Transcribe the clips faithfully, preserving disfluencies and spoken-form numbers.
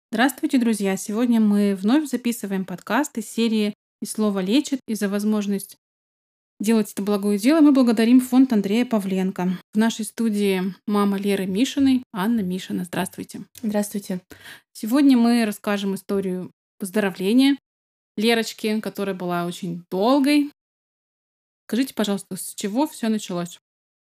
Здравствуйте, друзья! Сегодня мы вновь записываем подкаст из серии «И слово лечит». И за возможность делать это благое дело мы благодарим фонд Андрея Павленко. В нашей студии мама Леры Мишиной, Анна Мишина. Здравствуйте. Здравствуйте. Сегодня мы расскажем историю выздоровления Лерочки, которая была очень долгой. Скажите, пожалуйста, с чего все началось?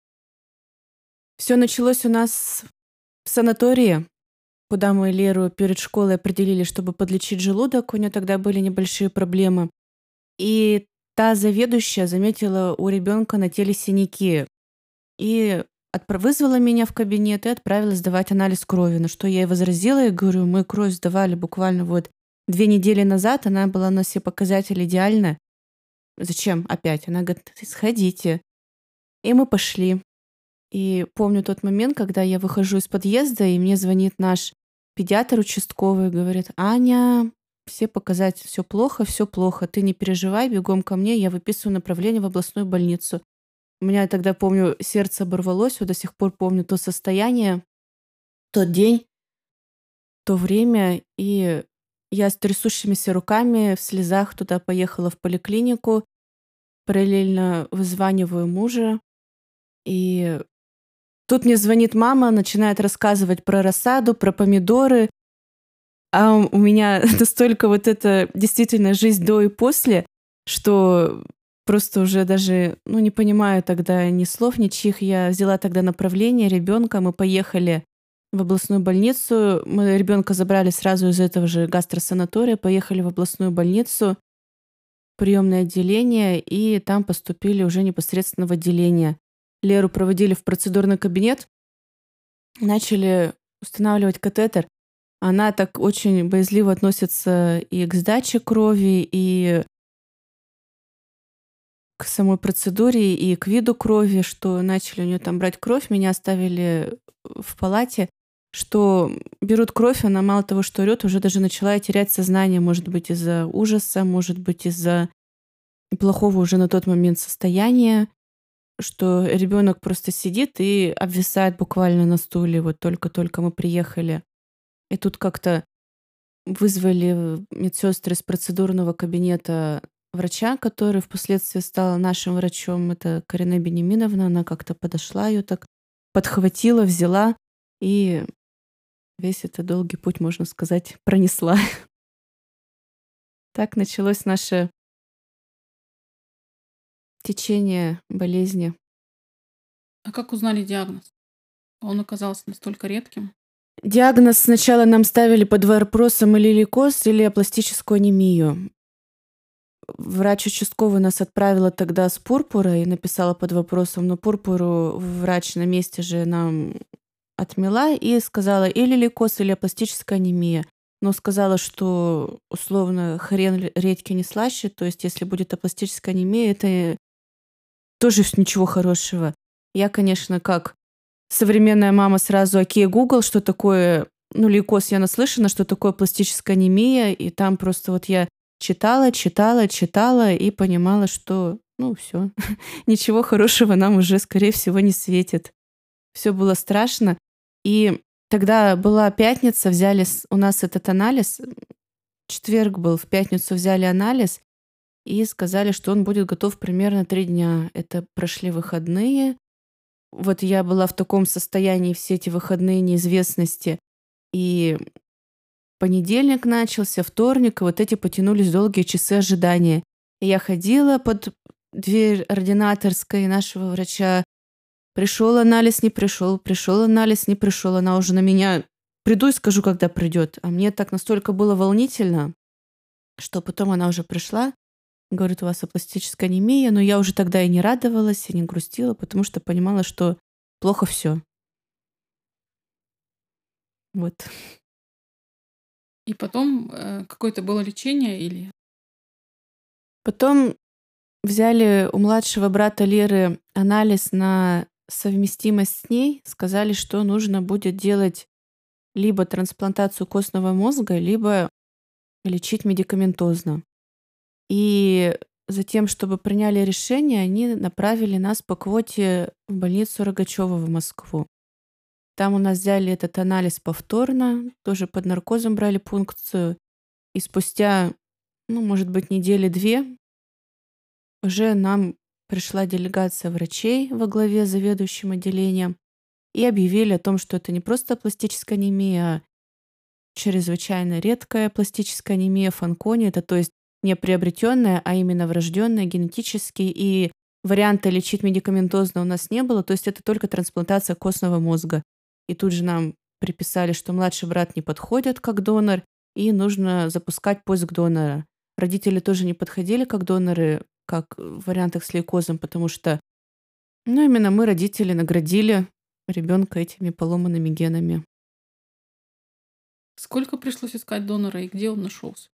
Все началось у нас в санатории, куда мы Леру перед школой определили, чтобы подлечить желудок. У нее тогда были небольшие проблемы. И та заведующая заметила у ребенка на теле синяки и отпра- вызвала меня в кабинет и отправила сдавать анализ крови. На что я ей возразила и говорю, мы кровь сдавали буквально вот две недели назад, она была на все показатели идеальна. Зачем опять? Она говорит, сходите. И мы пошли. И помню тот момент, когда я выхожу из подъезда, и мне звонит наш педиатр участковый, говорит, Аня, все показатели, все плохо, все плохо, ты не переживай, бегом ко мне, я выписываю направление в областную больницу. У меня тогда, помню, сердце оборвалось, вот до сих пор помню то состояние, тот день, то время, и я с трясущимися руками в слезах туда поехала в поликлинику, параллельно вызваниваю мужа, и тут мне звонит мама, начинает рассказывать про рассаду, про помидоры. А у меня настолько вот это действительно жизнь до и после, что просто уже даже, ну, не понимаю тогда ни слов, ни чих. Я взяла тогда направление ребенка, мы поехали в областную больницу. Мы ребенка забрали сразу из этого же гастросанатория, поехали в областную больницу, приемное отделение, и там поступили уже непосредственно в отделение. Леру проводили в процедурный кабинет, начали устанавливать катетер. Она так очень боязливо относится и к сдаче крови, и к самой процедуре, и к виду крови, что начали у нее там брать кровь. Меня оставили в палате, что берут кровь, она мало того, что орёт, уже даже начала терять сознание, может быть, из-за ужаса, может быть, из-за плохого уже на тот момент состояния, что ребенок просто сидит и обвисает буквально на стуле. Вот только-только мы приехали. И тут как-то вызвали медсестры из процедурного кабинета врача, который впоследствии стал нашим врачом. Это Карина Бенеминовна. Она как-то подошла, ее так подхватила, взяла и весь этот долгий путь, можно сказать, пронесла. Так началось наше течение болезни. А как узнали диагноз? Он оказался настолько редким. Диагноз сначала нам ставили под вопросом или лейкоз, или апластическую анемию. Врач участковый нас отправила тогда с пурпурой и написала под вопросом, но пурпуру врач на месте же нам отмела и сказала или лейкоз, или апластическая анемия. Но сказала, что условно хрен редьки не слаще, то есть если будет апластическая анемия, это тоже ничего хорошего. Я, конечно, как современная мама сразу окей, Google, что такое, ну, лейкоз я наслышана, что такое пластическая анемия, и там просто вот я читала, читала, читала и понимала, что, ну, все, ничего хорошего нам уже, скорее всего, не светит. Все было страшно. И тогда была пятница, взяли с- у нас этот анализ, четверг был, в пятницу взяли анализ и сказали, что он будет готов примерно три дня. Это прошли выходные, вот я была в таком состоянии все эти выходные неизвестности. И понедельник начался, вторник, и вот эти потянулись долгие часы ожидания. И я ходила под дверь ординаторской нашего врача. Пришел анализ, не пришел, пришел анализ, не пришел. Она уже на меня приду и скажу, когда придет. А мне так настолько было волнительно, что потом она уже пришла. Говорит, у вас апластическая анемия, но я уже тогда и не радовалась, и не грустила, потому что понимала, что плохо все. Вот. И потом э, какое-то было лечение или... Потом взяли у младшего брата Леры анализ на совместимость с ней, сказали, что нужно будет делать либо трансплантацию костного мозга, либо лечить медикаментозно. И затем, чтобы приняли решение, они направили нас по квоте в больницу Рогачева в Москву. Там у нас взяли этот анализ повторно, тоже под наркозом брали пункцию. И спустя, ну, может быть, недели две уже нам пришла делегация врачей во главе с заведующим отделением и объявили о том, что это не просто пластическая анемия, а чрезвычайно редкая пластическая анемия Фанкони. Это то есть не приобретенная, а именно врожденная генетически. И варианта лечить медикаментозно у нас не было. То есть это только трансплантация костного мозга. И тут же нам приписали, что младший брат не подходит как донор, и нужно запускать поиск донора. Родители тоже не подходили как доноры, как в вариантах с лейкозом, потому что, ну, именно мы, родители, наградили ребенка этими поломанными генами. Сколько пришлось искать донора и где он нашелся?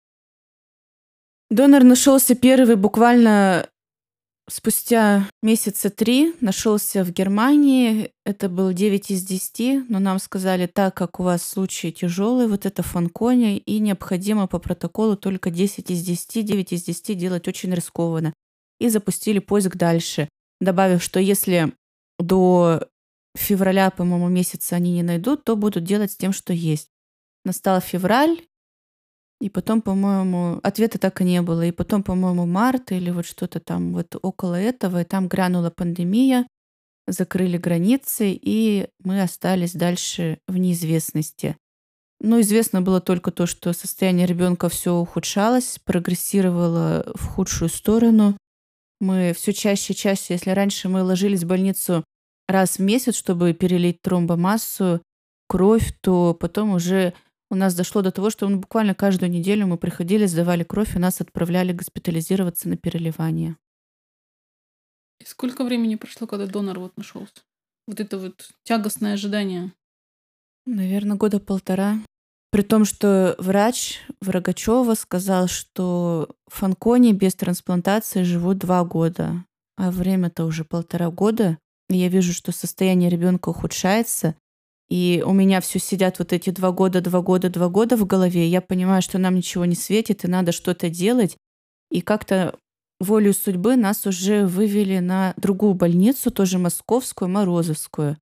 Донор нашелся первый буквально спустя месяца три. Нашелся в Германии. Это был девять из десяти, но нам сказали, так как у вас случай тяжелый, вот это Фанкони, и необходимо по протоколу только десять из десяти, девять из десяти делать очень рискованно. И запустили поиск дальше, добавив, что если до февраля, по-моему, месяца они не найдут, то будут делать с тем, что есть. Настал февраль, и потом, по-моему, ответа так и не было. И потом, по-моему, март или вот что-то там вот около этого, и там грянула пандемия, закрыли границы, и мы остались дальше в неизвестности. Но известно было только то, что состояние ребенка все ухудшалось, прогрессировало в худшую сторону. Мы все чаще и чаще, если раньше мы ложились в больницу раз в месяц, чтобы перелить тромбомассу, кровь, то потом уже у нас дошло до того, что ну, буквально каждую неделю мы приходили, сдавали кровь, и нас отправляли госпитализироваться на переливание. И сколько времени прошло, когда донор вот нашелся? Вот это вот тягостное ожидание. Наверное, года полтора. При том, что врач Врагачева сказал, что Фанкони без трансплантации живут два года, а время-то уже полтора года. И я вижу, что состояние ребенка ухудшается, и у меня все сидят вот эти два года, два года, два года в голове. И я понимаю, что нам ничего не светит, и надо что-то делать. И как-то волею судьбы нас уже вывели на другую больницу, тоже московскую, Морозовскую.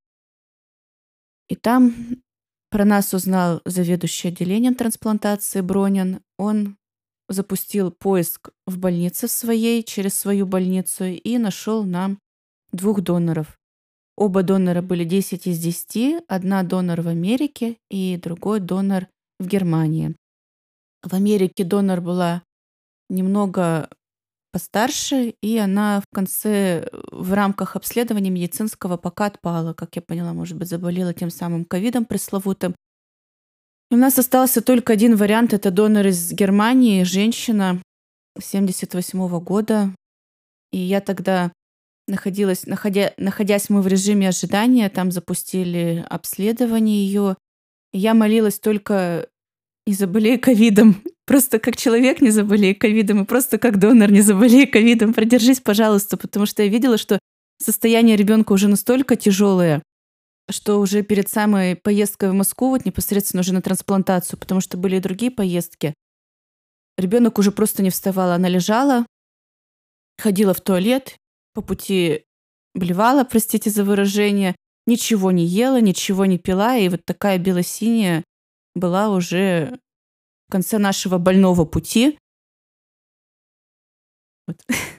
И там про нас узнал заведующий отделением трансплантации Бронин. Он запустил поиск в больнице своей, через свою больницу, и нашел нам двух доноров. Оба донора были десять из десяти. Одна донор в Америке и другой донор в Германии. В Америке донор была немного постарше, и она в конце в рамках обследования медицинского пока отпала. Как я поняла, может быть, заболела тем самым ковидом пресловутым. И у нас остался только один вариант. Это донор из Германии, женщина семьдесят восьмого года. И я тогда находилась, находя, находясь мы в режиме ожидания, там запустили обследование ее. И я молилась только не заболей ковидом. Просто как человек не заболей ковидом, и просто как донор не заболей ковидом. Продержись, пожалуйста, потому что я видела, что состояние ребенка уже настолько тяжелое, что уже перед самой поездкой в Москву, вот непосредственно уже на трансплантацию, потому что были и другие поездки, ребенок уже просто не вставал. Она лежала, ходила в туалет, по пути блевала, простите за выражение, ничего не ела, ничего не пила, и вот такая белосиняя была уже в конце нашего больного пути. Вот.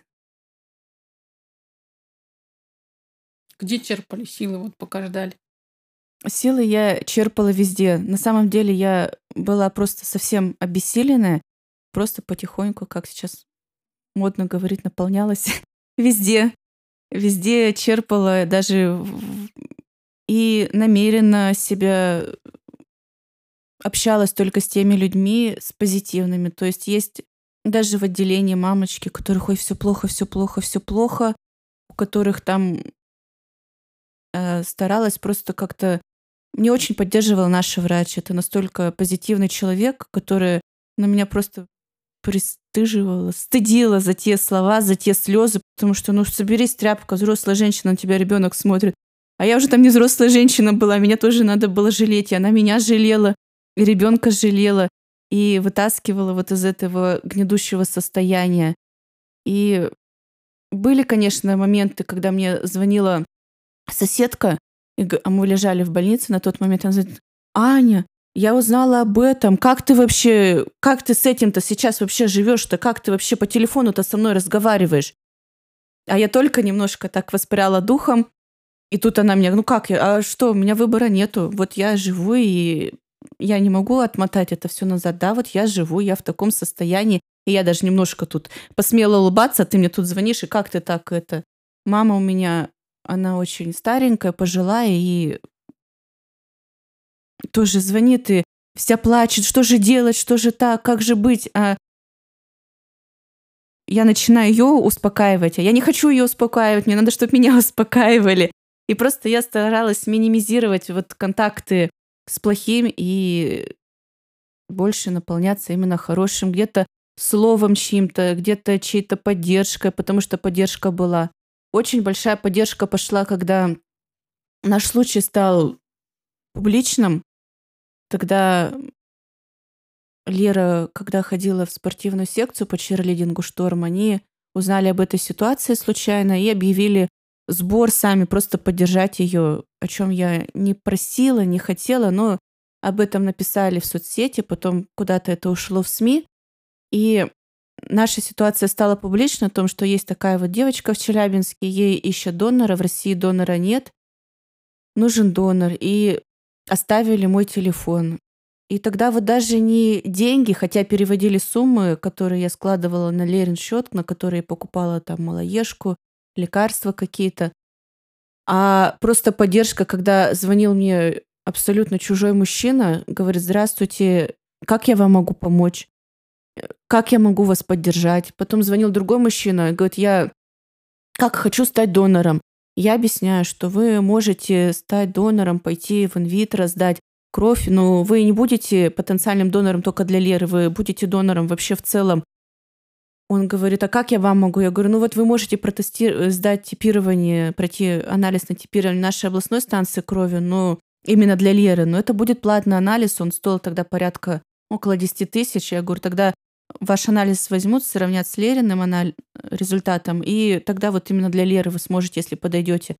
Где черпали силы, вот пока ждали? Силы я черпала везде. На самом деле я была просто совсем обессиленная, просто потихоньку, как сейчас модно говорить, наполнялась везде. Везде черпала, даже и намеренно себя общалась только с теми людьми, с позитивными. То есть есть даже в отделении мамочки, у которых ой, все плохо, все плохо, все плохо, у которых там э, старалась просто как-то. Мне очень поддерживал наш врач. Это настолько позитивный человек, который на меня просто пристыживала, стыдила за те слова, за те слезы, потому что, ну, соберись, тряпка, взрослая женщина, на тебя ребенок смотрит. А я уже там не взрослая женщина была, меня тоже надо было жалеть, и она меня жалела, и ребенка жалела, и вытаскивала вот из этого гнедущего состояния. И были, конечно, моменты, когда мне звонила соседка И г а мы лежали в больнице на тот момент. Она говорит: "Аня, я узнала об этом. Как ты вообще, как ты с этим-то сейчас вообще живешь-то? Как ты вообще по телефону-то со мной разговариваешь?" А я только немножко так воспряла духом, и тут она мне: "Ну как я? А что, у меня выбора нету. Вот я живу, и я не могу отмотать это все назад. Да, вот я живу, я в таком состоянии, и я даже немножко тут посмела улыбаться, а ты мне тут звонишь, и как ты так это?" Мама у меня, она очень старенькая, пожилая, и тоже звонит, и вся плачет: "Что же делать? Что же так? Как же быть?" А я начинаю ее успокаивать, а я не хочу ее успокаивать, мне надо, чтобы меня успокаивали. И просто я старалась минимизировать вот контакты с плохим и больше наполняться именно хорошим, где-то словом чьим-то, где-то чьей-то поддержкой, потому что поддержка была. Очень большая поддержка пошла, когда наш случай стал публичным. Тогда Лера, когда ходила в спортивную секцию по чирлидингу «Шторм», они узнали об этой ситуации случайно и объявили сбор сами, просто поддержать ее, о чем я не просила, не хотела, но об этом написали в соцсети, потом куда-то это ушло в СМИ. И наша ситуация стала публичной о том, что есть такая вот девочка в Челябинске, ей ищут донора, в России донора нет, нужен донор. И оставили мой телефон. И тогда вот даже не деньги, хотя переводили суммы, которые я складывала на Лерин счет, на который я покупала там малоежку, лекарства какие-то, а просто поддержка, когда звонил мне абсолютно чужой мужчина, говорит: "Здравствуйте, как я вам могу помочь? Как я могу вас поддержать?" Потом звонил другой мужчина, говорит: "Я как хочу стать донором". Я объясняю, что вы можете стать донором, пойти в инвитро, сдать кровь, но вы не будете потенциальным донором только для Леры, вы будете донором вообще в целом. Он говорит: "А как я вам могу?" Я говорю: "Ну вот вы можете протести сдать типирование, пройти анализ на типирование нашей областной станции крови, но именно для Леры, но это будет платный анализ". Он стоил тогда порядка около десять тысяч. Я говорю: "Тогда ваш анализ возьмут, сравнят с Лериным анал результатом, и тогда вот именно для Леры вы сможете, если подойдете".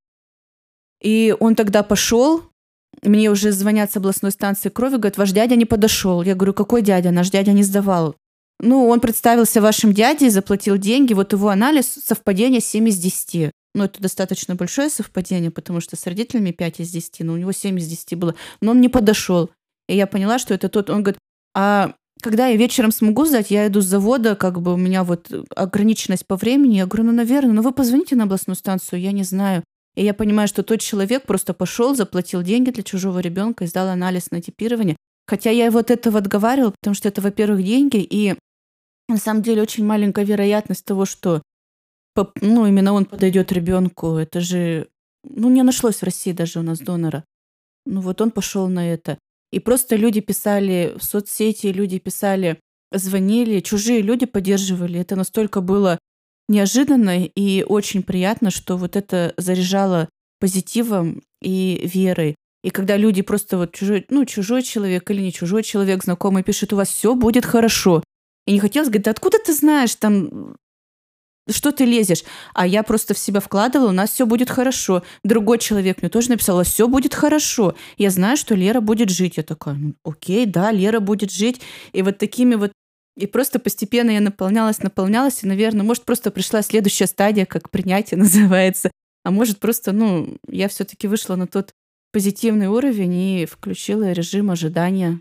И он тогда пошел. Мне уже звонят с областной станции крови, говорят: "Ваш дядя не подошел". Я говорю: "Какой дядя? Наш дядя не сдавал". "Ну, он представился вашим дядей, заплатил деньги, вот его анализ, совпадение семь из десяти". Ну, это достаточно большое совпадение, потому что с родителями пять из десяти, но у него семь из десяти было. Но он не подошел. И я поняла, что это тот. Он говорит: "А когда я вечером смогу сдать, я иду с завода, как бы у меня вот ограниченность по времени". Я говорю: "Ну, наверное, ну вы позвоните на областную станцию, я не знаю". И я понимаю, что тот человек просто пошел, заплатил деньги для чужого ребенка и сдал анализ на типирование. Хотя я его от этого отговаривала, потому что это, во-первых, деньги, и на самом деле очень маленькая вероятность того, что поп- ну, именно он подойдет ребенку. Это же, ну, не нашлось в России даже у нас донора. Ну вот он пошел на это. И просто люди писали в соцсети, люди писали, звонили, чужие люди поддерживали. Это настолько было неожиданно и очень приятно, что вот это заряжало позитивом и верой. И когда люди просто вот чужой, ну, чужой человек или не чужой человек, знакомый, пишет: "У вас все будет хорошо". И не хотелось говорить: "Да откуда ты знаешь, там, что ты лезешь?" А я просто в себя вкладывала: "У нас все будет хорошо". Другой человек мне тоже написал: "Все будет хорошо". Я знаю, что Лера будет жить. Я такая: "Ну, окей, да, Лера будет жить". И вот такими вот и просто постепенно я наполнялась, наполнялась, и, наверное, может, просто пришла следующая стадия, как принятие называется, а может, просто, ну, я все таки вышла на тот позитивный уровень и включила режим ожидания.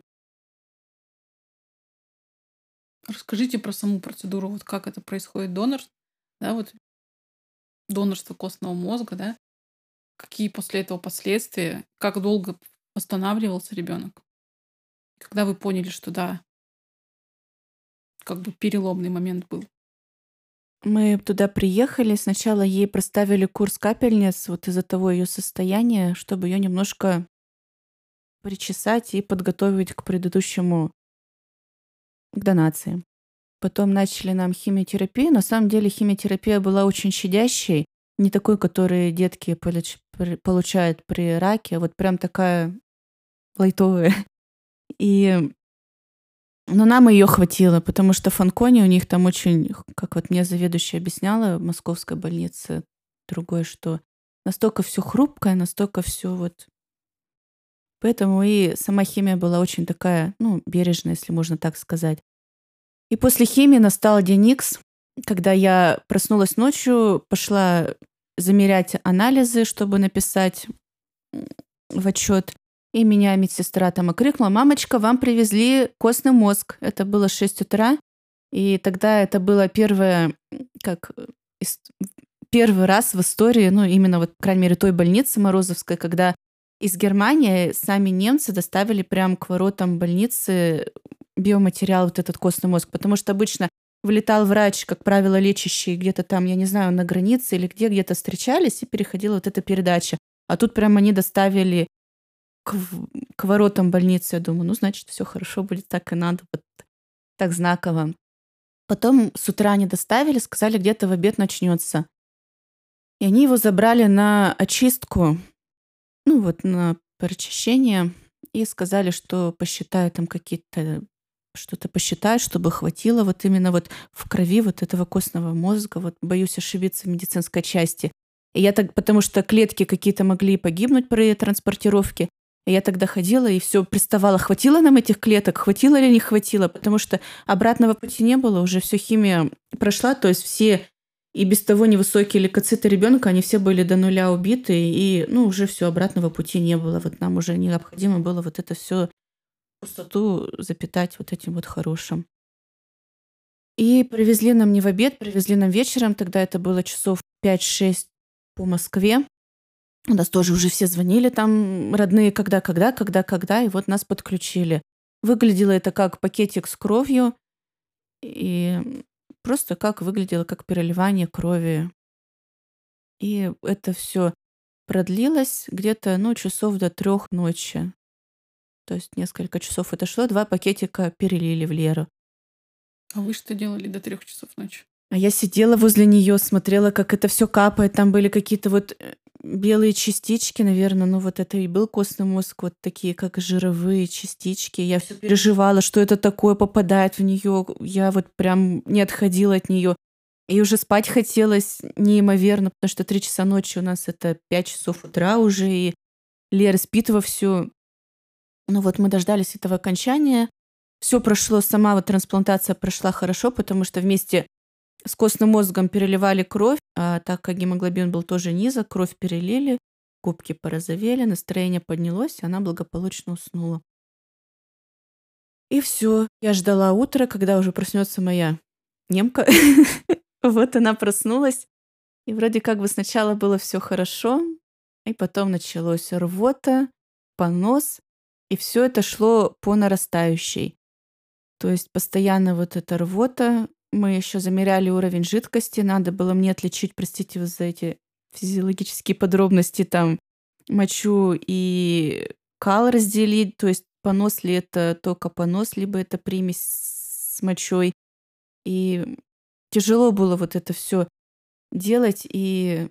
Расскажите про саму процедуру, вот как это происходит, донор, да, вот донорство костного мозга, да, какие после этого последствия, как долго восстанавливался ребенок, когда вы поняли, что да, как бы переломный момент был. Мы туда приехали, сначала ей проставили курс капельниц вот из-за того ее состояния, чтобы ее немножко причесать и подготовить к предыдущему, к донации. Потом начали нам химиотерапию. На самом деле химиотерапия была очень щадящей, не такой, который детки получ- при- получают при раке, а вот прям такая лайтовая. И, но нам ее хватило, потому что в Фанконе у них там очень, как вот мне заведующая объясняла в московской больнице, другой, что настолько все хрупкое, настолько все вот. Поэтому и сама химия была очень такая, ну, бережная, если можно так сказать. И после химии настал день Икс, когда я проснулась ночью, пошла замерять анализы, чтобы написать м, в отчет. И меня медсестра там окрикнула: «Мамочка, вам привезли костный мозг». Это было шесть утра. И тогда это было первое, м, как э, ис- первый раз в истории, ну, именно вот, по крайней мере, той больницы Морозовской, когда из Германии сами немцы доставили прямо к воротам больницы биоматериал, вот этот костный мозг. Потому что обычно вылетал врач, как правило, лечащий где-то там, я не знаю, на границе или где, где-то встречались, и переходила вот эта передача. А тут прям они доставили к, в- к воротам больницы. Я думаю, ну, значит, все хорошо будет, так и надо, вот так знаково. Потом с утра они доставили, сказали, где-то в обед начнется. И они его забрали на очистку, ну вот на прочищение, и сказали, что посчитают там какие-то, что-то посчитают, чтобы хватило вот именно вот в крови вот этого костного мозга. Вот боюсь ошибиться в медицинской части. И я так, потому что клетки какие-то могли погибнуть при транспортировке. И я тогда ходила и все приставала, хватило нам этих клеток, хватило или не хватило, потому что обратного пути не было, уже все химия прошла, то есть все и без того невысокие лейкоциты ребенка, они все были до нуля убиты, и ну, уже все, обратного пути не было. Вот нам уже необходимо было вот это все пустоту запитать вот этим вот хорошим. И привезли нам не в обед, привезли нам вечером, тогда это было часов пять-шесть по Москве. У нас тоже уже все звонили там, родные, когда, когда, когда, когда, и вот нас подключили. Выглядело это как пакетик с кровью, и просто как выглядело, как переливание крови. И это все продлилось где-то, ну, часов до трех ночи. То есть несколько часов это шло, два пакетика перелили в Леру. А вы что делали до трех часов ночи? А я сидела возле нее, смотрела, как это все капает. Там были какие-то вот э, белые частички, наверное. Ну, вот это и был костный мозг, вот такие, как жировые частички. Я все переживала, что это такое попадает в нее. Я вот прям не отходила от нее. И уже спать хотелось неимоверно, потому что три часа ночи у нас это пять часов утра уже, и Лера спит вовсю. Ну вот мы дождались этого окончания. Все прошло, сама вот трансплантация прошла хорошо, потому что вместе с костным мозгом переливали кровь, а так как гемоглобин был тоже низок, кровь перелили, губки порозовели, настроение поднялось, и она благополучно уснула. И все, я ждала утра, когда уже проснется моя немка. Вот она проснулась, и вроде как бы сначала было все хорошо, и потом началось рвота, понос, и все это шло по нарастающей. То есть постоянно вот эта рвота. Мы еще замеряли уровень жидкости. Надо было мне отличить, простите вот за эти физиологические подробности, там мочу и кал разделить. То есть понос ли это только понос, либо это примесь с мочой. И тяжело было вот это все делать, и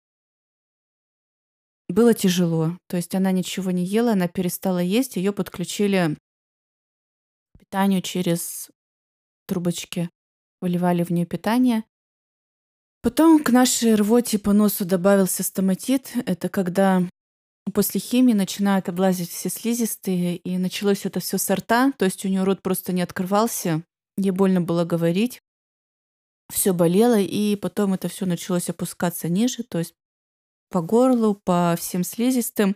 было тяжело. То есть она ничего не ела, она перестала есть, ее подключили к питанию через трубочки, выливали в нее питание. Потом к нашей рвоте по носу добавился стоматит. Это когда после химии начинают облазить все слизистые, и началось это все с рта, то есть у нее рот просто не открывался, ей больно было говорить, все болело, и потом это все началось опускаться ниже, то есть по горлу, по всем слизистым.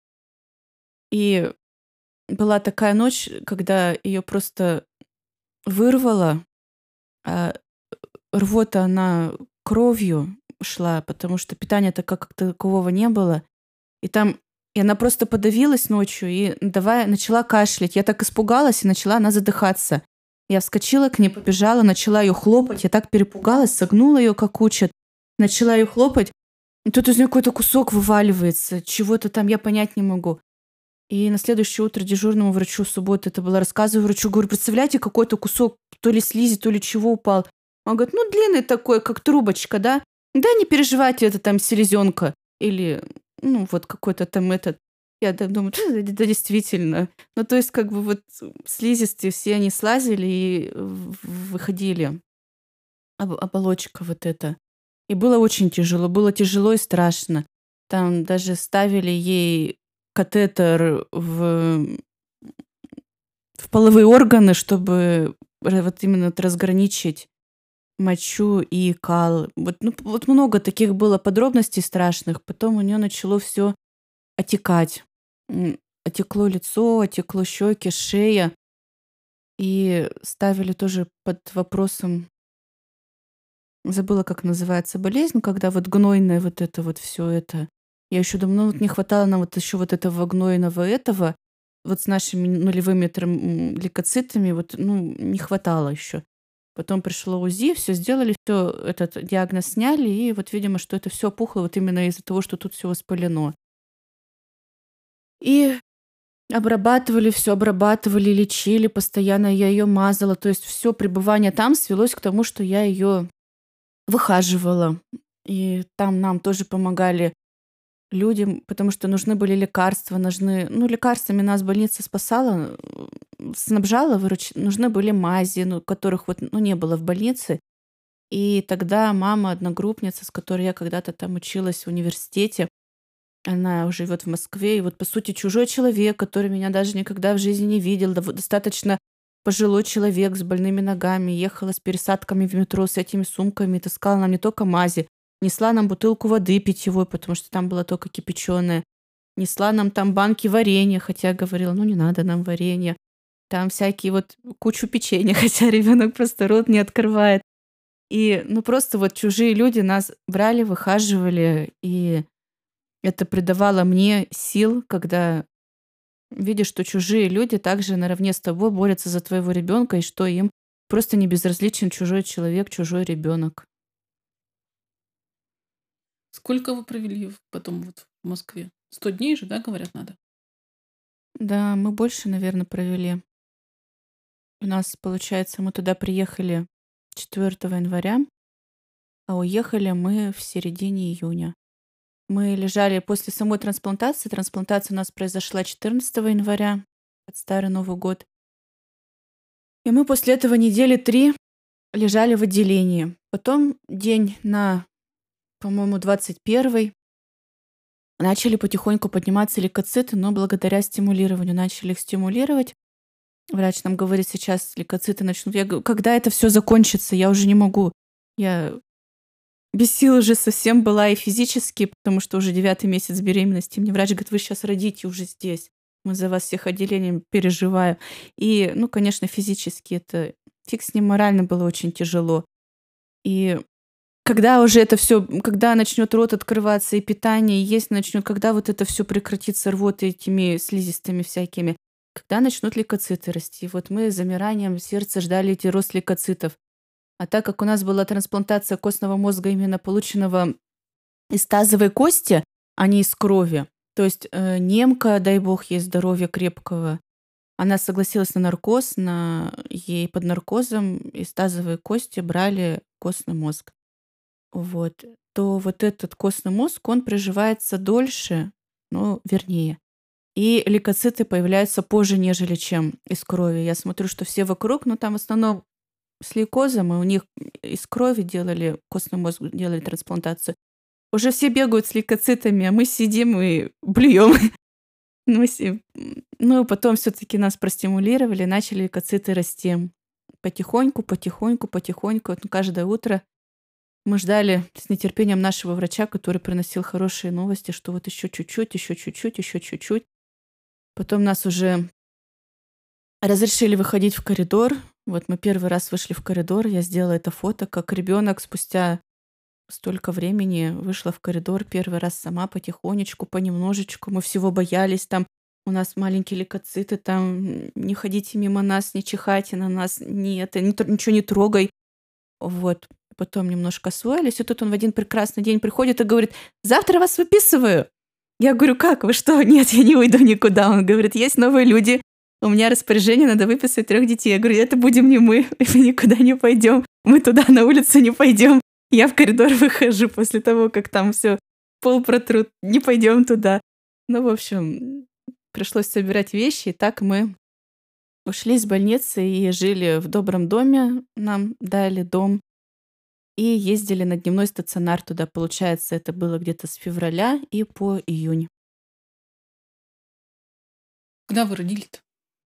И была такая ночь, когда ее просто вырвало, а рвота, она кровью шла, потому что питания-то как такового не было. И там и она просто подавилась ночью и давай начала кашлять. Я так испугалась, и начала она задыхаться. Я вскочила к ней, побежала, начала ее хлопать. Я так перепугалась, согнула ее, как учат. Начала ее хлопать. И тут из нее какой-то кусок вываливается. Чего-то там я понять не могу. И на следующее утро дежурному врачу в субботу это было, рассказываю врачу, говорю, представляете, какой-то кусок то ли слизи, то ли чего упал. Он говорит, ну, длинный такой, как трубочка, да? Да, не переживайте, это там селезенка. Или, ну, вот какой-то там этот. Я так думаю, да, да, действительно. Ну, то есть, как бы вот слизистые все они слазили и в- выходили. Об- оболочка вот эта. И было очень тяжело. Было тяжело и страшно. Там даже ставили ей катетер в в половые органы, чтобы ра вот именно вот разграничить мочу и кал. Вот, ну, п вот много таких было подробностей страшных. Потом у неё начало всё отекать. М, отекло лицо, отекло щеки, шея. И ставили тоже под вопросом забыла, как называется болезнь, когда вот гнойное вот это вот всё это. Я ещё думаю, ну вот не хватало нам вот ещё вот этого гнойного этого. Вот с нашими нулевыми тром м, лейкоцитами вот, ну, не хватало ещё. Потом пришло УЗИ, всё сделали, всё, этот диагноз сняли, и вот, видимо, что это всё опухло вот именно из-за того, что тут всё воспалено. И обрабатывали, всё обрабатывали, лечили постоянно, я её мазала. То есть всё пребывание там свелось к тому, что я её выхаживала. И там нам тоже помогали люди, потому что нужны были лекарства, нужны ну, лекарствами нас больница спасала, м, снабжала, выруч нужны были мази, ну, которых вот, ну, не было в больнице. И тогда мама, одногруппница, с которой я когда-то там училась в университете, она живёт в Москве. И вот, по сути, чужой человек, который меня даже никогда в жизни не видел, дов достаточно пожилой человек с больными ногами, ехала с пересадками в метро с этими сумками, таскала нам не тока мази, несла нам бутылку воды питьевой, потому что там была тока кипяченая, несла нам там банки варенья, хотя говорила: "Ну, не надо нам варенья". Там всякие вот кучу печенья, хотя ребёнок просто рот не открывает. И, ну, просто вот чужие люди нас брали, выхаживали, и это придавало мне сил, когда видишь, что чужие люди также наравне с тобой борются за твоего ребёнка, и что им просто не безразличен чужой человек, чужой ребёнок. Сколько вы провели в потом вот в Москве? сто дней же, да, говорят, надо? Да, мы больше, наверно, провели. У нас, получается, мы туда приехали четвёртого января, а уехали мы в середине июня. Мы лежали после самой трансплантации. Трансплантация у нас произошла четырнадцатого января, под Старый Новый год. И мы после этого недели три лежали в отделении. Потом день на, по-моему, двадцать первый начали потихоньку подниматься лейкоциты, но благодаря стимулированию. Начали их стимулировать. Врач нам говорит: "Сейчас лейкоциты начнут". Я говорю: "Когда это всё закончится? Я уже не могу". Я без сил уже совсем была и физически, потому что уже девятый месяц беременности. Мне врач говорит: "Вы щас родите уже здесь. Мы за вас всех отделением переживаю". И, ну, конечно, физически это фиг с ним, морально было очень тяжело. И когда уже это всё, м, когда начнёт рот открываться и питание есть начнёт, когда вот это всё прекратится, рвота этими слизистыми всякими, когда начнут лейкоциты расти. Вот мы с замиранием сердца ждали эти рост лейкоцитов. А так как у нас была трансплантация костного мозга, именно полученного из тазовой кости, а не из крови. То есть, э, немка, дай бог ей здоровья крепкого, она согласилась на наркоз, на ей под наркозом из тазовой кости брали костный мозг. Вот. То вот этот костный мозг, он приживается дольше, но вернее. И лейкоциты появляются позже, нежели чем из крови. Я смотрю, что все вокруг, ну, там в основном с лейкозом, и у них из крови делали, костный мозг делали трансплантацию. Уже все бегают с лейкоцитами, а мы сидим и блюем. Ну, си м, ну, потом всё-таки нас простимулировали, начали лейкоциты расти. Потихоньку, потихоньку, потихоньку. Вот, ну, каждое утро мы ждали с нетерпением нашего врача, который приносил хорошие новости, что вот ещё чуть-чуть, ещё чуть-чуть, ещё чуть-чуть. Потом нас уже разрешили выходить в коридор. Вот мы первый раз вышли в коридор. Я сделала это фото, как ребёнок спустя столько времени вышла в коридор первый раз сама, потихонечку, понемножечку. Мы всего боялись там. У нас маленькие лейкоциты, там не ходите мимо нас, не чихайте на нас, не это, не тр ничего не трогай. Вот. Потом немножко освоились. И тут он в один прекрасный день приходит и говорит: "Завтра вас выписываю". Я говорю: "Как? Вы что? Нет, я не уйду никуда". Он говорит: "Есть новые люди. У меня распоряжение, надо выписать трёх детей". Я говорю: "Это будем не мы, мы никуда не пойдём. Мы туда на улицу не пойдём". Я в коридор выхожу после того, как там всё, пол протрут. Не пойдём туда. Ну, в общем, пришлось собирать вещи. И так мы ушли из больницы и жили в добром доме. Нам дали дом. и ездили на дневной стационар туда. Получается, это было где-то с февраля и по июнь. Когда вы родили-то?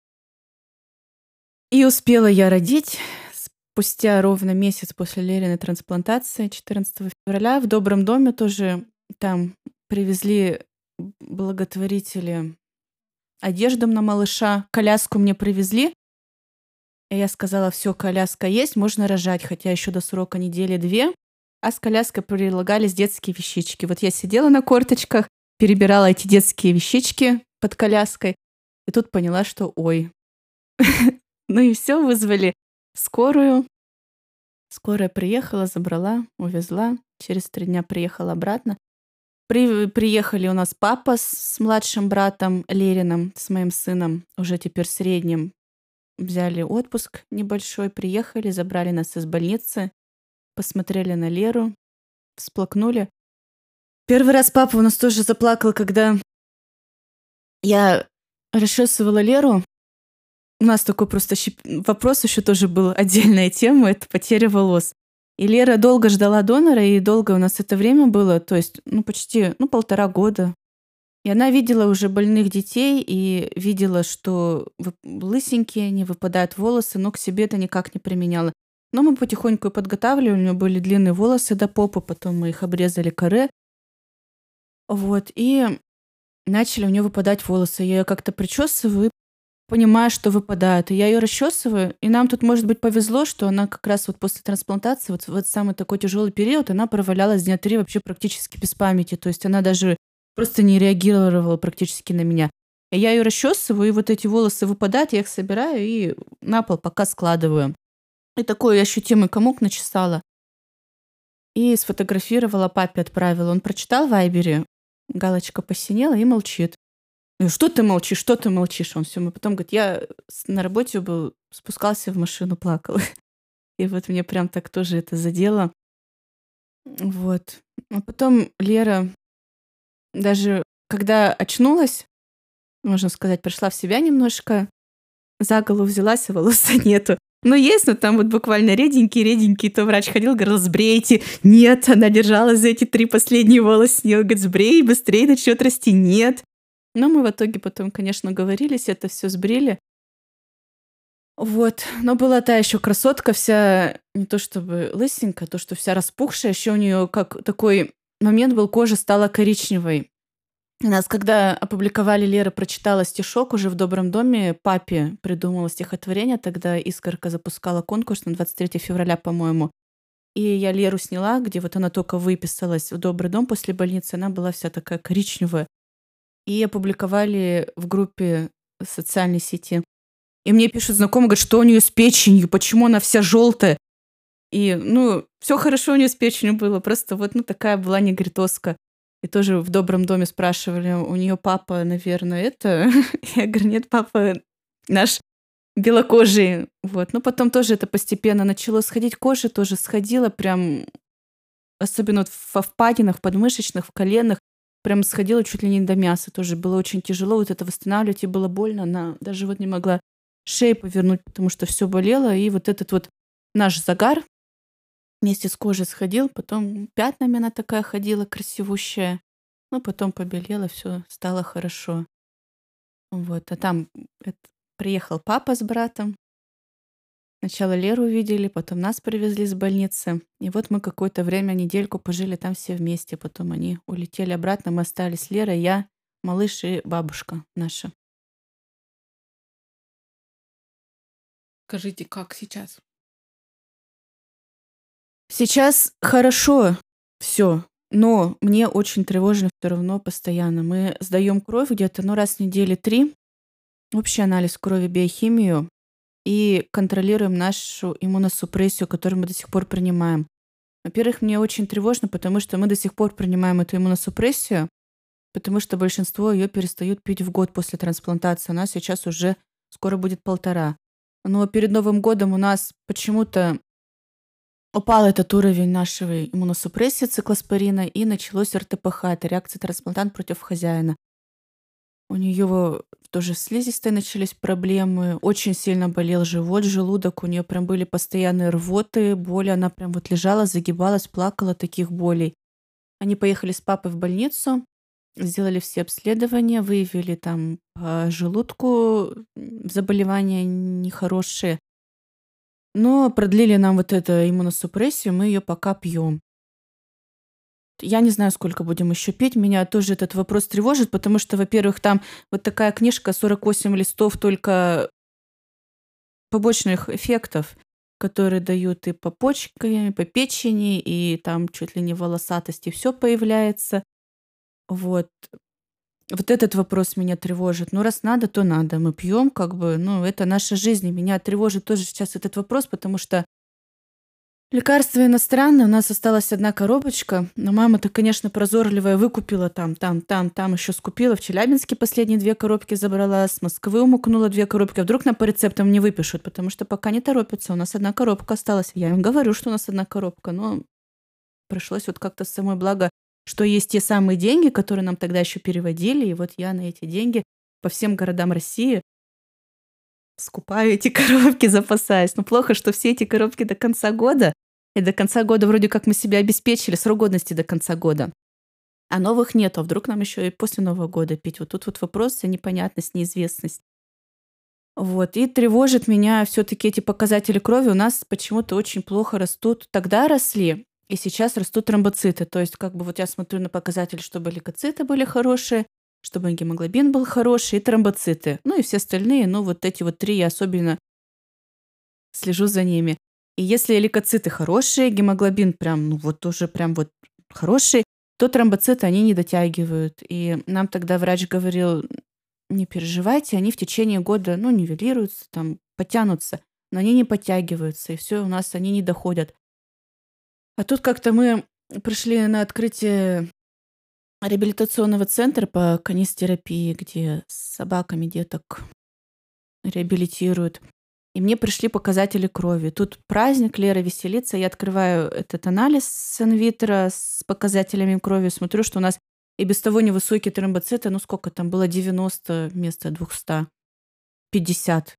И успела я родить спустя ровно месяц после Лериной трансплантации, четырнадцатого февраля. В добром доме тоже там привезли благотворители одежду на малыша. Коляску мне привезли. И я сказала: все, коляска есть, можно рожать, хотя еще до срока недели две. А с коляской прилагались детские вещички. Вот я сидела на корточках, перебирала эти детские вещички под коляской, и тут поняла, что ой. Ну и все, вызвали скорую. Скорая приехала, забрала, увезла. Через три дня приехала обратно. При, приехали у нас папа с, с младшим братом Лериным, с моим сыном, уже теперь средним. Взяли отпуск небольшой, приехали, забрали нас из больницы, посмотрели на Леру, всплакнули. Первый раз папа у нас тоже заплакал, когда я расчесывала Леру. У нас такой просто щеп... вопрос еще тоже был, отдельная тема, это потеря волос. И Лера долго ждала донора, и долго у нас это время было, то есть, ну, почти, ну, полтора года. И она видела уже больных детей, и видела, что лысенькие, не выпадают волосы, но к себе это никак не применяла. Но мы потихоньку и подготавливали, у нее были длинные волосы до попы, потом мы их обрезали каре. Вот, и начали у нее выпадать волосы. Я ее как-то причесываю, и понимаю, что выпадают. И я ее расчесываю, и нам тут, может быть, повезло, что она как раз вот после трансплантации, вот в этот самый такой тяжелый период, она провалялась дня три вообще практически без памяти. То есть она даже просто не реагировала практически на меня. И я ее расчесываю, и вот эти волосы выпадают, я их собираю и на пол пока складываю. И такой ощутимый комок начесала. И сфотографировала, папе отправила. Он прочитал в Вайбере, галочка посинела и молчит. Что ты молчишь, что ты молчишь? Он все, мы потом говорит, я на работе был, спускался в машину, плакал. И вот мне прям так тоже это задело. Вот. А потом Лера, даже когда очнулась, можно сказать, пришла в себя немножко, за голову взялась, а волоса нету. Ну, есть, но там вот буквально реденький-реденький, то врач ходил, говорил, сбрейте. Нет, она держалась за эти три последние волосы. Говорит, сбрей, быстрее начнет расти. Нет. Но мы в итоге потом, конечно, говорились, это все сбрили. Вот. Но была та еще красотка вся, не то чтобы лысенькая, то, что вся распухшая. Еще у нее как такой момент был, кожа стала коричневой. У нас, когда опубликовали, Лера прочитала стишок уже в добром доме, папе придумала стихотворение, тогда Искорка запускала конкурс на двадцать третьего февраля, по-моему. И я Леру сняла, где вот она только выписалась в добрый дом после больницы, она была вся такая коричневая. И опубликовали в группе социальной сети. И мне пишут знакомые, говорят, что у нее с печенью, почему она вся желтая. И, ну, все хорошо у нее с печенью было, просто вот, ну, такая была негритоска. И тоже в добром доме спрашивали, у нее папа, наверное, это... Я говорю, нет, папа наш белокожий. Вот. Но потом тоже это постепенно начало сходить. Кожа тоже сходила прям, особенно вот во впадинах, в подмышечных, в коленах. Прям сходила чуть ли не до мяса. Тоже было очень тяжело вот это восстанавливать, и было больно. Она даже вот не могла шею повернуть, потому что все болело. И вот этот вот наш загар вместе с кожей сходил. Потом пятнами она такая ходила, красивущая. Ну, потом побелела, все стало хорошо. Вот. А там это, приехал папа с братом. Сначала Леру увидели, потом нас привезли с больницы. И вот мы какое-то время, недельку пожили там все вместе. Потом они улетели обратно, мы остались Лера, я, малыш и бабушка наша. Скажите, как сейчас? Сейчас хорошо все, но мне очень тревожно все равно постоянно. Мы сдаем кровь где-то, ну, раз в недели три, общий анализ крови, биохимию, и контролируем нашу иммуносупрессию, которую мы до сих пор принимаем. Во-первых, мне очень тревожно, потому что мы до сих пор принимаем эту иммуносупрессию, потому что большинство ее перестают пить в год после трансплантации. У нас сейчас уже скоро будет полтора. Но перед Новым годом у нас почему-то упал этот уровень нашей иммуносупрессии циклоспорина, и началось эр тэ пэ ха, это реакция трансплантант против хозяина. У нее в тоже с слизистой начались проблемы. Очень сильно болел живот, желудок. У нее прям были постоянные рвоты, боли. Она прям вот лежала, загибалась, плакала от таких болей. Они поехали с папой в больницу, сделали все обследования, выявили там по желудку м, заболевания нехорошие. Но продлили нам вот эту иммуносупрессию, мы ее пока пьем. Я не знаю, сколько будем еще пить. Меня тоже этот вопрос тревожит, потому что, во-первых, там вот такая книжка, сорок восемь листов только побочных эффектов, которые дают и по почкам, и по печени, и там чуть ли не волосатость, и все появляется. Вот. Вот этот вопрос меня тревожит. Ну, раз надо, то надо. Мы пьем, как бы, ну, это наша жизнь. И меня тревожит тоже сейчас этот вопрос, потому что лекарства иностранные, у нас осталась одна коробочка, но мама-то, конечно, прозорливая, выкупила там, там, там, там еще скупила. В Челябинске последние две коробки забрала, с Москвы умукнула две коробки. А вдруг нам по рецептам не выпишут, потому что пока не торопятся. У нас одна коробка осталась. Я им говорю, что у нас одна коробка, но пришлось вот как-то самой благо, что есть те самые деньги, которые нам тогда еще переводили, и вот я на эти деньги по всем городам России скупаю эти коробки, запасаюсь. Но плохо, что все эти коробки до конца года, и до конца года вроде как мы себя обеспечили, срок годности до конца года. А новых нету, а вдруг нам еще и после Нового года пить? Вот тут вот вопрос и непонятность, неизвестность. Вот, и тревожит меня все-таки эти показатели крови у нас почему-то очень плохо растут. Тогда росли, и сейчас растут тромбоциты. То есть, как бы вот я смотрю на показатели, чтобы лейкоциты были хорошие, чтобы гемоглобин был хороший, и тромбоциты. Ну и все остальные, ну вот эти вот три я особенно слежу за ними. И если лейкоциты хорошие, гемоглобин прям, ну вот уже прям вот хороший, то тромбоциты, они не дотягивают. И нам тогда врач говорил, не переживайте, они в течение года, ну, нивелируются, там, потянутся, но они не подтягиваются, и все, у нас они не доходят. А тут как-то мы пришли на открытие реабилитационного центра по канистерапии, где с собаками деток реабилитируют. И мне пришли показатели крови. Тут праздник, Лера веселится. Я открываю этот анализ с инвитро с показателями крови. Смотрю, что у нас и без того невысокие тромбоциты. Ну, сколько там было? девяносто вместо двухсот. пятьдесят.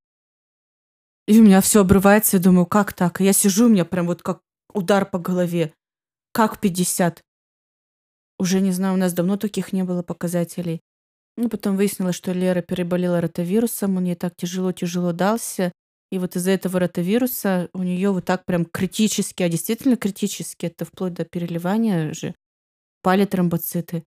И у меня все обрывается. Я думаю, как так? И я сижу, у меня прям вот как удар по голове. Как пятьдесят? Уже не знаю, у нас давно таких не было показателей. Ну, потом выяснилось, что Лера переболела ротавирусом, он ей так тяжело-тяжело дался. И вот из-за этого ротавируса у нее вот так прям критически, а действительно критически, это вплоть до переливания же, пали тромбоциты.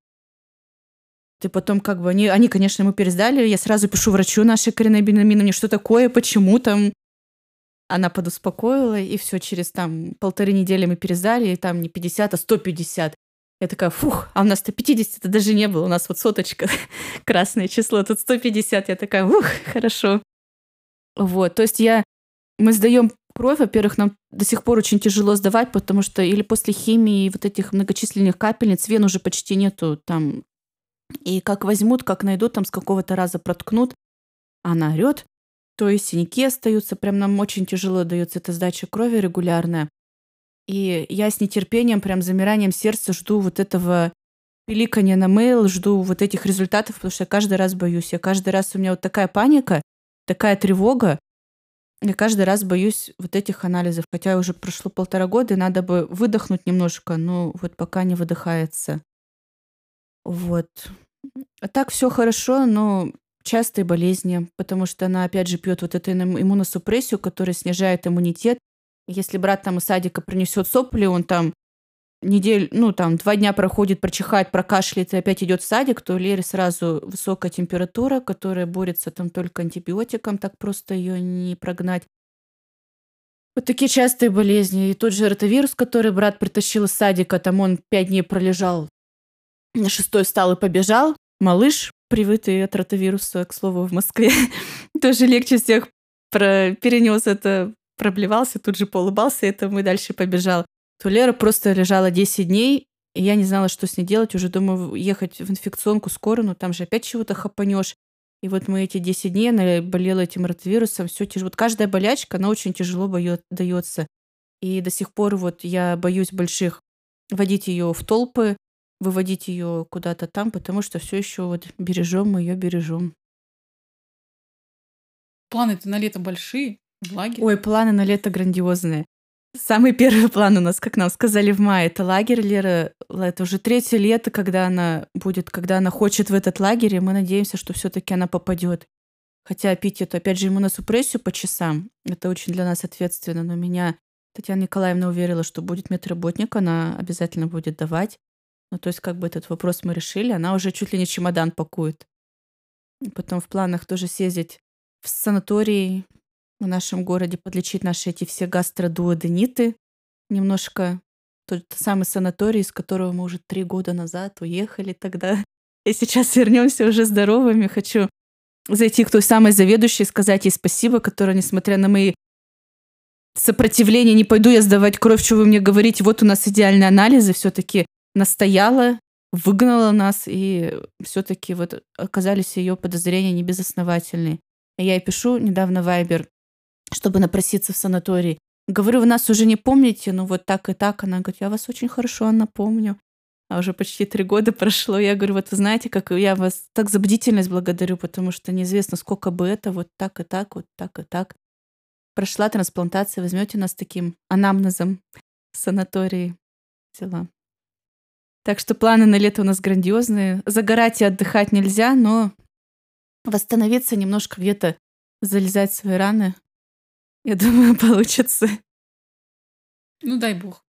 И потом как бы они, они, конечно, ему пересдали. Я сразу пишу врачу нашей Карине Бенаминовне, что такое, почему там. Она подуспокоила, и все, через там полторы недели мы пересдали, и там не пятьдесят, а сто пятьдесят. Я такая, фух, а у нас сто пятьдесят это даже не было, у нас вот соточка, красное число, тут сто пятьдесят. Я такая, ух, хорошо. Вот, то есть я, мы сдаем кровь, во-первых, нам до сих пор очень тяжело сдавать, потому что или после химии вот этих многочисленных капельниц вен уже почти нету там. И как возьмут, как найдут, там с какого-то раза проткнут, она орет, то есть синяки остаются, прям нам очень тяжело дается эта сдача крови регулярная. И я с нетерпением, прям замиранием сердца жду вот этого пиликания на мейл, жду вот этих результатов, потому что я каждый раз боюсь. Я каждый раз, у меня вот такая паника, такая тревога. Я каждый раз боюсь вот этих анализов. Хотя уже прошло полтора года, и надо бы выдохнуть немножко, но вот пока не выдыхается. Вот. А так все хорошо, но частые болезни, потому что она, опять же, пьет вот эту им- иммуносупрессию, которая снижает иммунитет. И если брат там из садика принесет сопли, он там неделю, ну там два дня проходит, прочихает, прокашляет и опять идет в садик, то у Леры сразу высокая температура, которая борется там только антибиотиком, так просто ее не прогнать. Вот такие частые болезни. И тот же ротавирус, который брат притащил из садика, там он пять дней пролежал, на шестой встал и побежал. Малыш, привытый от ротавируса, к слову, в Москве, тоже легче всех про- перенес это, проблевался, тут же поулыбался, это мы дальше побежал. То Лера просто лежала десять дней, и я не знала, что с ней делать. Уже думаю, ехать в инфекционку скорую, но там же опять чего-то хапанешь. И вот мы эти десять дней, она болела этим ротавирусом, все тяжело. Вот каждая болячка, она очень тяжело дается. И до сих пор вот я боюсь больших водить ее в толпы, выводить ее куда-то там, потому что все еще вот бережем мы ее, бережем. Планы-то на лето большие, в лагерь. Ой, планы на лето грандиозные. Самый первый план у нас, как нам сказали в мае, это лагерь. Лера, это уже третье лето, когда она будет, когда она хочет в этот лагерь, и мы надеемся, что все-таки она попадет. Хотя пить эту, опять же, иммуносупрессию по часам, это очень для нас ответственно, но меня Татьяна Николаевна уверила, что будет медработник, она обязательно будет давать. Ну, то есть, как бы этот вопрос мы решили, она уже чуть ли не чемодан пакует. И потом в планах тоже съездить в санаторий в нашем городе, подлечить наши эти все гастродуодениты. Немножко тот самый санаторий, из которого мы уже три года назад уехали тогда. И сейчас вернемся уже здоровыми. Хочу зайти к той самой заведующей, сказать ей спасибо, которая, несмотря на мои сопротивления, не пойду я сдавать кровь, что вы мне говорите, вот у нас идеальные анализы, все-таки настояла, выгнала нас, и все-таки вот оказались ее подозрения не безосновательные. Я ей пишу недавно в Вайбер, чтобы напроситься в санаторий. Говорю, вы нас уже не помните, ну вот так и так. Она говорит, я вас очень хорошо, Анна, помню. А уже почти три года прошло. Я говорю, вот вы знаете, как я вас так за бдительность благодарю, потому что неизвестно, сколько бы это, вот так и так, вот так и так. Прошла трансплантация, возьмете нас таким анамнезом в санатории. Дела. Так что планы на лето у нас грандиозные. Загорать и отдыхать нельзя, но восстановиться немножко, где-то залезать в свои раны, я думаю, получится. Ну, дай бог.